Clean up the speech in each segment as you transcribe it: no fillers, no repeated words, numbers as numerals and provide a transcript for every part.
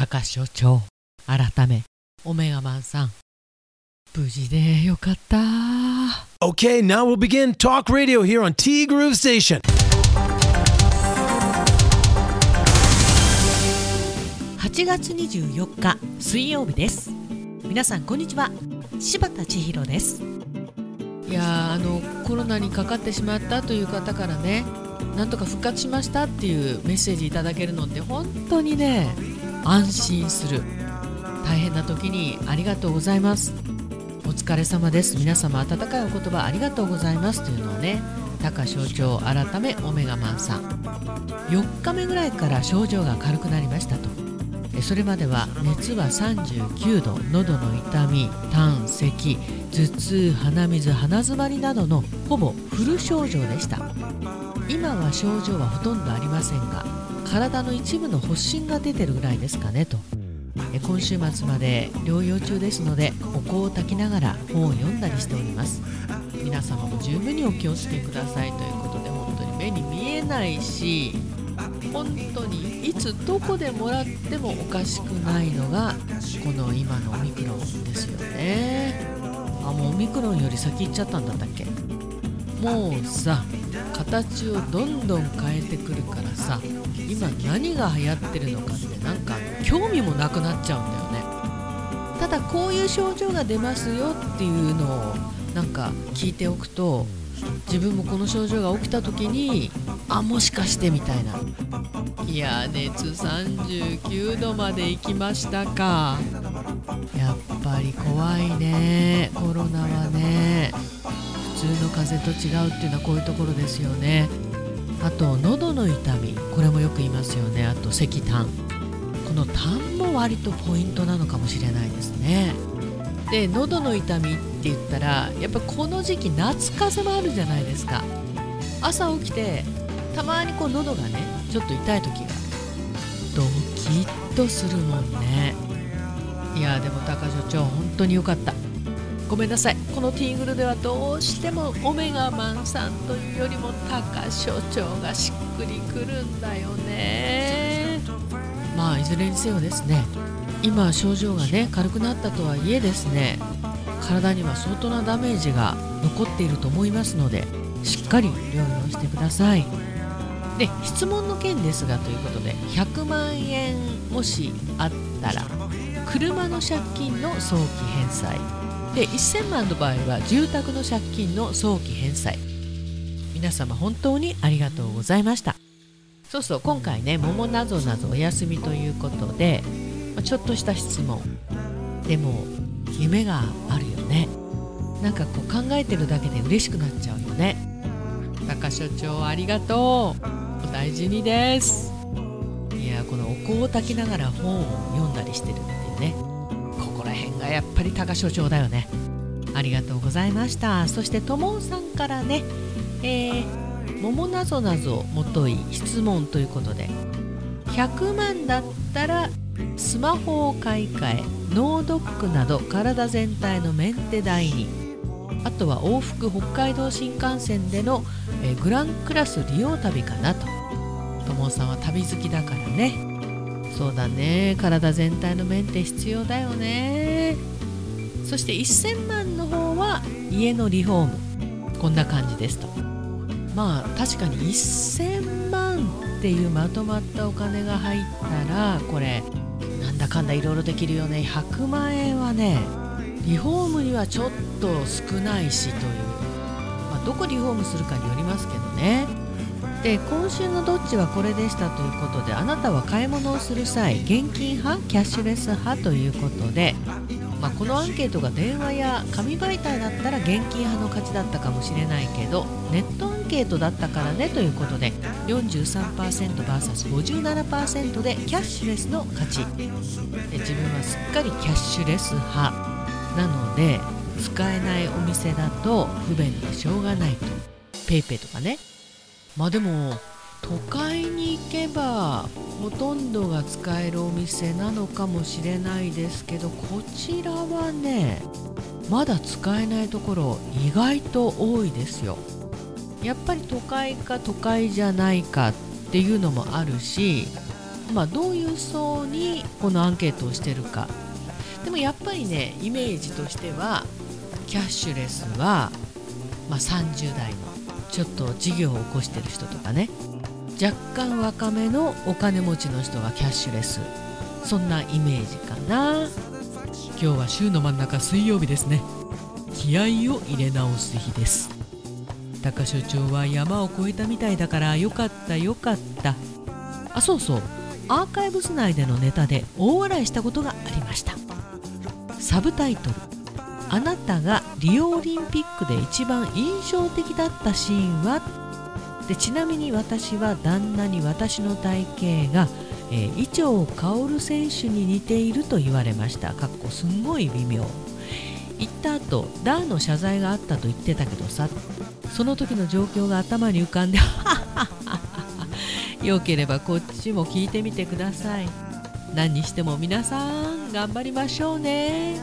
高所長改めオメガマンさん、無事でよかった。 Okay, now we'll begin Talk Radio here on T Groove Station. 8月24日水曜日です。皆さんこんにちは、柴田千尋です。いやコロナにかかってしまったという方からね、なんとか復活しましたっていうメッセージいただけるのって本当にね、安心する。大変な時にありがとうございます、お疲れ様です、皆様温かいお言葉ありがとうございますというのをね、高所長改めオメガマンさん、4日目ぐらいから症状が軽くなりましたと。それまでは熱は39度、喉の痛み、痰、咳、頭痛、鼻水、鼻詰まりなどのほぼフル症状でした。今は症状はほとんどありませんが、体の一部の発疹が出てるぐらいですかねと。今週末まで療養中ですので、お香を焚きながら本を読んだりしております。皆様も十分にお気をつけくださいということで、本当に目に見えないし、本当にいつどこでもらってもおかしくないのがこの今のオミクロンですよね。もうオミクロンより先行っちゃったんだったっけ。もうさ、形をどんどん変えてくるからさ、今何が流行ってるのかってなんか興味もなくなっちゃうんだよね。ただこういう症状が出ますよっていうのをなんか聞いておくと、自分もこの症状が起きた時にもしかしてみたいな。いや熱39度まで行きましたか。やっぱり怖いね、コロナはね。普通の風邪と違うっていうのはこういうところですよね。あと喉の痛み、これもよく言いますよね。あと咳痰、この痰も割とポイントなのかもしれないですね。で喉の痛みって言ったら、やっぱこの時期夏風邪もあるじゃないですか。朝起きてたまにこう喉がねちょっと痛い時がドキッとするもんね。いやでも高所長本当によかった。ごめんなさい、このティーグルではどうしてもオメガマンさんというよりも高所長がしっくりくるんだよね。まあいずれにせよですね、今症状がね軽くなったとはいえですね、体には相当なダメージが残っていると思いますので、しっかり療養してください。で質問の件ですがということで、100万円もしあったら車の借金の早期返済で、1000万の場合は住宅の借金の早期返済。皆様本当にありがとうございました。そうそう、今回ね桃なぞなぞお休みということで、ちょっとした質問でも夢があるよね。なんかこう考えてるだけで嬉しくなっちゃうよね。高所長ありがとう、お大事にです。いやこのお香を焚きながら本を読んだりしてるっていうね、ここら辺がやっぱり高所長だよね。ありがとうございました。そしてともさんからね、桃なぞなぞもとい質問ということで、100万だったらスマホを買い替え、脳ドックなど体全体のメンテ代に、あとは往復北海道新幹線での、グランクラス利用旅かなと。ともさんは旅好きだからね。そうだね、体全体のメンテ必要だよね。そして1000万の方は家のリフォーム、こんな感じですと。まあ確かに1000万っていうまとまったお金が入ったら、これなんだかんだいろいろできるよね。100万円はねリフォームにはちょっと少ないしという、どこリフォームするかによりますけどね。で今週のどっちはこれでしたということで、あなたは買い物をする際現金派キャッシュレス派ということで、このアンケートが電話や紙媒体だったら現金派の勝ちだったかもしれないけど、ネットアンケートだったからねということで 43%vs57% でキャッシュレスの勝ちで、自分はすっかりキャッシュレス派なので、使えないお店だと不便でしょうがないと。ペイペイとかね。でも都会に行けばほとんどが使えるお店なのかもしれないですけど、こちらはねまだ使えないところ意外と多いですよ。やっぱり都会か都会じゃないかっていうのもあるし、 どういう層にこのアンケートをしてるか。でもやっぱりね、イメージとしてはキャッシュレスは、30代のちょっと事業を起こしてる人とかね、若干若めのお金持ちの人がキャッシュレス、そんなイメージかな。今日は週の真ん中水曜日ですね。気合を入れ直す日です。高所長は山を越えたみたいだからよかったよかった。そうそう、アーカイブス内でのネタで大笑いしたことがありました。サブタイトル、あなたがリオオリンピックで一番印象的だったシーンは。でちなみに私は旦那に私の体型が、伊調馨選手に似ていると言われました。すんごい微妙。言った後ダーの謝罪があったと言ってたけどさ、その時の状況が頭に浮かんでよければこっちも聞いてみてください。何にしても皆さん頑張りましょうね。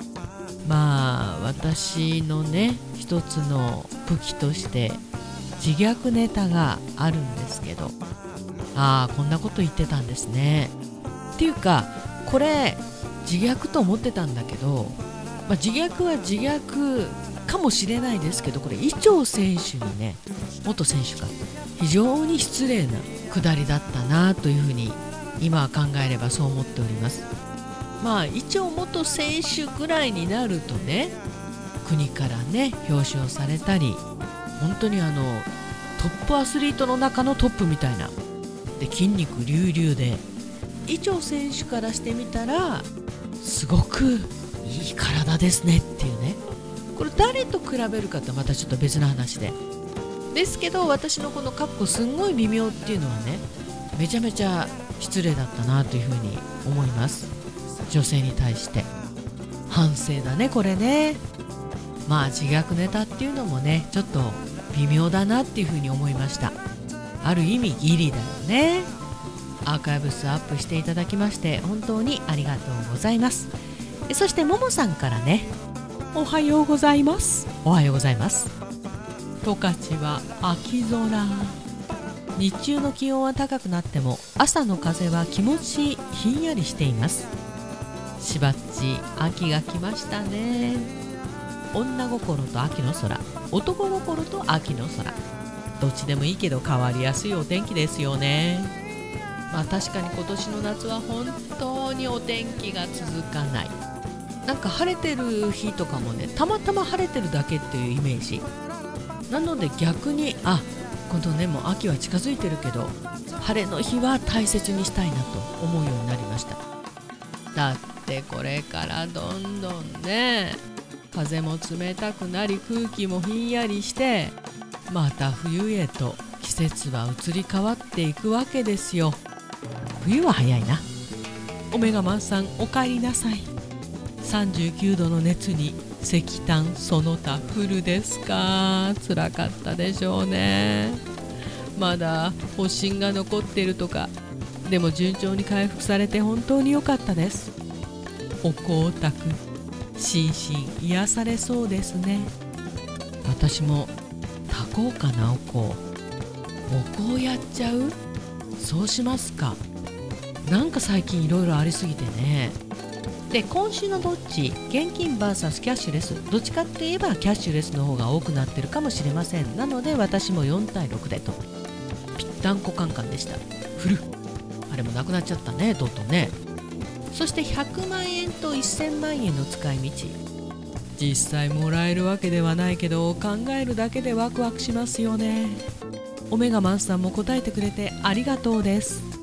私のね、一つの武器として自虐ネタがあるんですけど、こんなこと言ってたんですねっていうか、これ自虐と思ってたんだけど、自虐は自虐かもしれないですけど、これ伊調選手にね、元選手か、非常に失礼な下りだったなというふうに今は考えればそう思っております。伊調元選手ぐらいになるとね、国からね表彰されたり、本当にトップアスリートの中のトップみたいなで、筋肉隆々で、伊調選手からしてみたらすごくいい体ですねっていうね。これ誰と比べるかってまたちょっと別の話ですけど、私のこのすんごい微妙っていうのはね、めちゃめちゃ失礼だったなというふうに思います。女性に対して反省だねこれね。自虐ネタっていうのもね、ちょっと微妙だなっていうふうに思いました。ある意味ギリだよね。アーカイブスアップしていただきまして本当にありがとうございます。そしてももさんからね、おはようございます。おはようございます。十勝は秋空。日中の気温は高くなっても朝の風は気持ちひんやりしています。しばっち秋が来ましたね。女心と秋の空、男心と秋の空、どっちでもいいけど変わりやすいお天気ですよね。確かに今年の夏は本当にお天気が続かない。なんか晴れてる日とかもね、たまたま晴れてるだけっていうイメージなので、逆に今度ね、もう秋は近づいてるけど晴れの日は大切にしたいなと思うようになりました。だってこれからどんどんね、風も冷たくなり空気もひんやりして、また冬へと季節は移り変わっていくわけですよ。冬は早いな。オメガマンさんお帰りなさい。39度の熱に石炭その他フルですか。辛かったでしょうね。まだ発疹が残っているとか、でも順調に回復されて本当に良かったです。お香たく心身癒されそうですね。私も炊こうかな。お香やっちゃう。そうしますか。なんか最近いろいろありすぎてね。で今週のどっち、現金 vs キャッシュレス、どっちかって言えばキャッシュレスの方が多くなってるかもしれません。なので私も4対6でとぴったんこカンカンでした。あれもなくなっちゃったね、とうとうね。そして100万円と1000万円の使い道、実際もらえるわけではないけど考えるだけでワクワクしますよね。オメガマンさんも答えてくれてありがとうです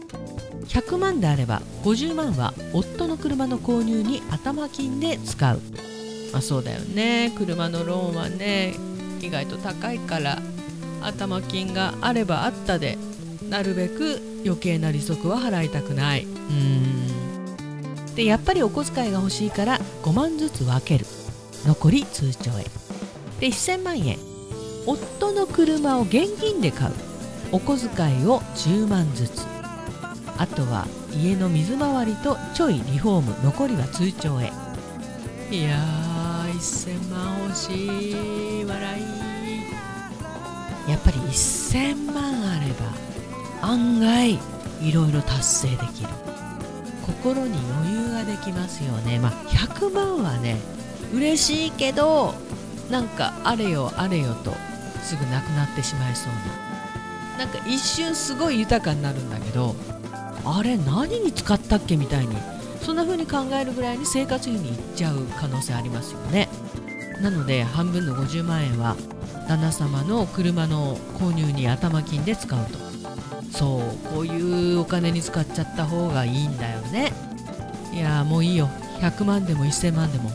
。100万であれば50万は夫の車の購入に頭金で使う。そうだよね。車のローンはね、意外と高いから頭金があればあったで、なるべく余計な利息は払いたくない。でやっぱりお小遣いが欲しいから5万ずつ分ける。残り通帳へ。で1000万円、夫の車を現金で買う。お小遣いを10万ずつ。あとは家の水回りとちょいリフォーム、残りは通帳へ。いやー、1000万欲しい。笑い。やっぱり1000万あれば案外いろいろ達成できる。心に余裕ができますよね。100万はね嬉しいけど、なんかあれよあれよとすぐなくなってしまいそうな、なんか一瞬すごい豊かになるんだけど、あれ何に使ったっけみたいに、そんな風に考えるぐらいに生活費にいっちゃう可能性ありますよね。なので半分の50万円は旦那様の車の購入に頭金で使うと。そう、こういうお金に使っちゃった方がいいんだよね。いやもういいよ、100万でも1000万でも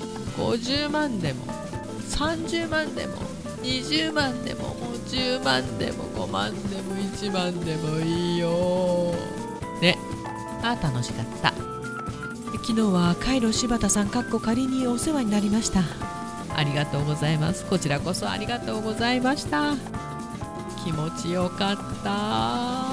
50万でも30万でも20万でももう10万でも5万でも1万でもいいよね。楽しかった。昨日はカイロ柴田さん仮にお世話になりました。ありがとうございます。こちらこそありがとうございました。気持ちよかった。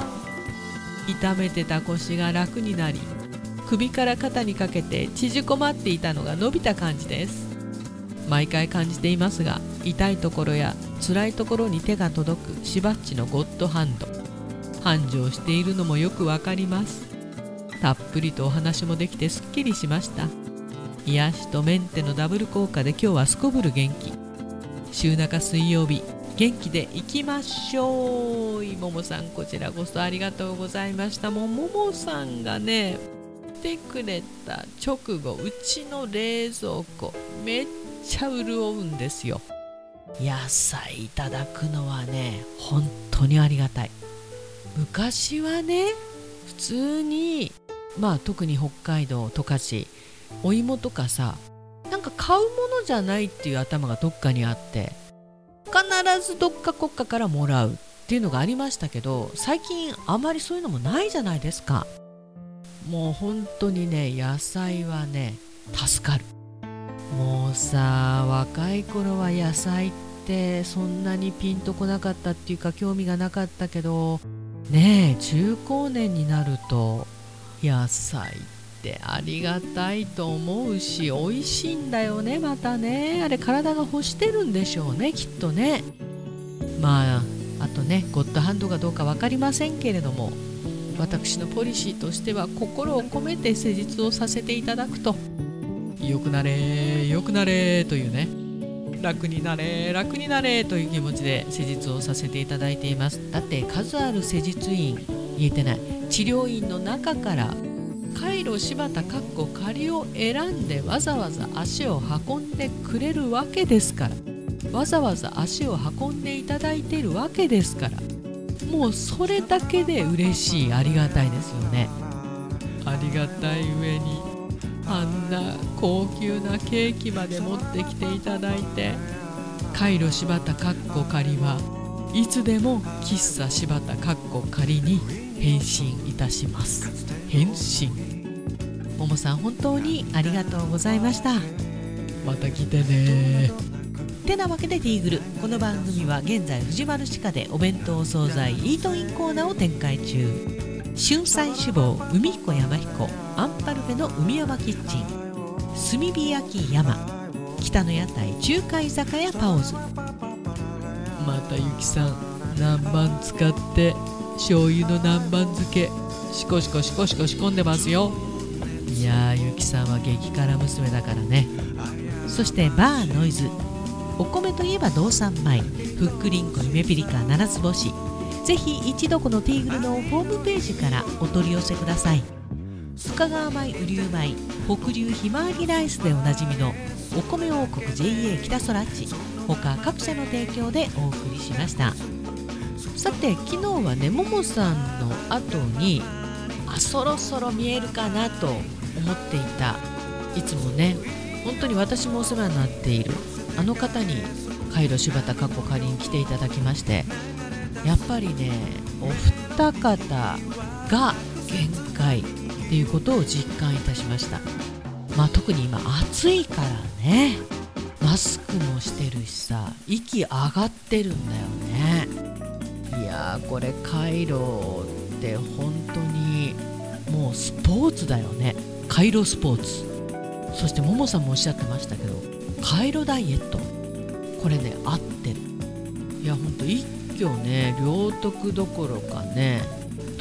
痛めてた腰が楽になり、首から肩にかけて縮こまっていたのが伸びた感じです。毎回感じていますが、痛いところや辛いところに手が届くしばっちのゴッドハンド、繁盛しているのもよくわかります。たっぷりとお話もできてすっきりしました。癒しとメンテのダブル効果で今日はすこぶる元気。週中水曜日元気でいきましょう。ももさん、こちらこそありがとうございました。ももさんがね来てくれた直後、うちの冷蔵庫めっちゃ潤うんですよ。野菜いただくのはね本当にありがたい。昔はね普通に特に北海道十勝お芋とかさ、なんか買うものじゃないっていう頭がどっかにあって、必ずどっか国家からもらうっていうのがありましたけど、最近あまりそういうのもないじゃないですか。もう本当にね野菜はね助かる。もうさ、若い頃は野菜ってそんなにピンとこなかったっていうか興味がなかったけどね、中高年になると野菜ってありがたいと思うし、美味しいんだよね。またね、あれ体が欲してるんでしょうね、きっとね。あとねゴッドハンドかどうか分かりませんけれども、私のポリシーとしては心を込めて施術をさせていただくと、よくなれよくなれというね、楽になれ楽になれという気持ちで施術をさせていただいています。だって数ある施術院、言えてない治療院の中からカイロ柴田仮を選んでわざわざ足を運んでくれるわけですから、わざわざ足を運んでいただいているわけですから、もうそれだけで嬉しい、ありがたいですよね。ありがたい上にあんな高級なケーキまで持ってきていただいて、カイロ柴田仮はいつでも喫茶柴田仮に変身いたします。変身。ももさん本当にありがとうございました。また来てね。てなわけでティーグル、この番組は現在藤丸歯科でお弁当惣菜イートインコーナーを展開中。春菜志望海彦山彦アンパルフェの海山キッチン、炭火焼き山、北の屋台中華居酒屋パオズ。またゆきさん南蛮使って醤油の南蛮漬けシコシコシコシコ仕込んでますよ。いやゆきさんは激辛娘だからね。そしてバーノイズ、お米といえば道産米、ふっくりんこ夢ピリカ七つ星。ぜひ一度このティーグルのホームページからお取り寄せください。深川米雨竜米北流ひまわりライスでおなじみのお米王国 JA 北空地他各社の提供でお送りしました。さて昨日はねももさんの後にそろそろ見えるかなと思っていた、いつもね本当に私もお世話になっているあの方にカイロ柴田仮に来ていただきまして、やっぱりねお二方が限界っていうことを実感いたしました。特に今暑いからね、マスクもしてるしさ、息上がってるんだよね。いやこれカイロって本当にもうスポーツだよね。カイロスポーツ。そしてももさんもおっしゃってましたけどカイロダイエット、これね合ってる。いやほんと一挙ね両得どころかね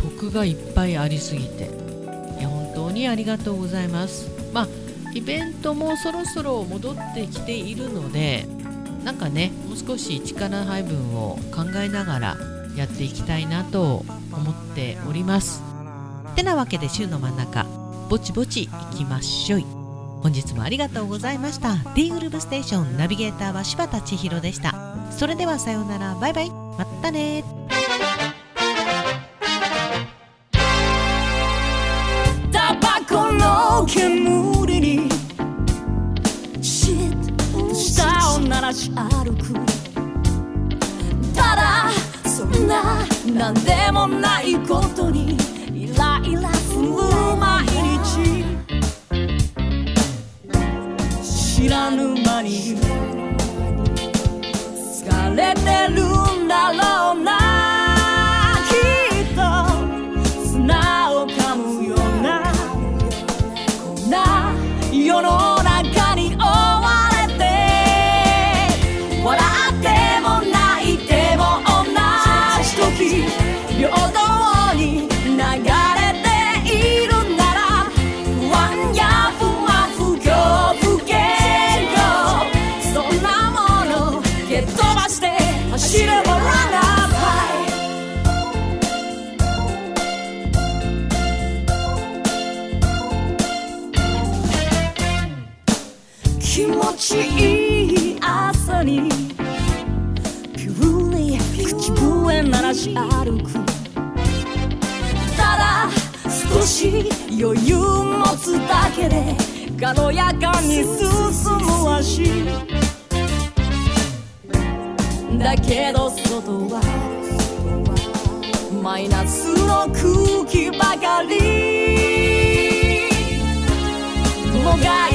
得がいっぱいありすぎて、いや本当にありがとうございます。イベントもそろそろ戻ってきているので、なんかね、もう少し力配分を考えながらやっていきたいなと思っております。てなわけで週の真ん中、ぼちぼち行きましょい。本日もありがとうございました。 T グルーヴステーションナビゲーターは柴田千尋でした。それではさようなら、バイバイ、またね。 タバコの煙にシッと舌を鳴らし歩く、ただそんななんでもないことにイライラする毎日、知らぬ間に疲れてるんだろうな、きっと砂を噛むようなこんな世の中に追われて、笑っても泣いても同じ時平等に流れているなら、不安や不満不況不景気、そんなもの蹴っ飛ばして走ればランナー気持ちいい朝にピューに口笛鳴らし歩く、ただ少し余裕持つだけで軽やかに進む足だけど、外はマイナスの空気ばかり、もが